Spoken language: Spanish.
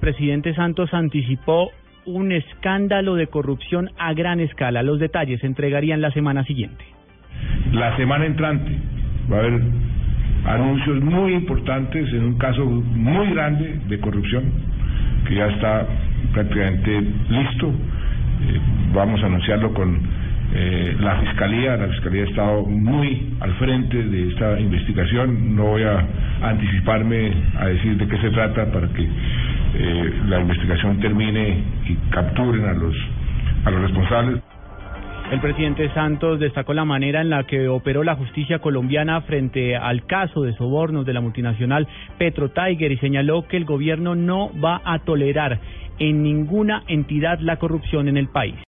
Presidente Santos anticipó un escándalo de corrupción a gran escala. Los detalles se entregarían la semana siguiente. La semana entrante va a haber anuncios muy importantes en un caso muy grande de corrupción que ya está prácticamente listo. Vamos a anunciarlo con la Fiscalía. La Fiscalía ha estado muy al frente de esta investigación. No voy a anticiparme a decir de qué se trata para que la investigación termine y capturen a los responsables. El presidente Santos destacó la manera en la que operó la justicia colombiana frente al caso de sobornos de la multinacional Petro Tiger y señaló que el gobierno no va a tolerar en ninguna entidad la corrupción en el país.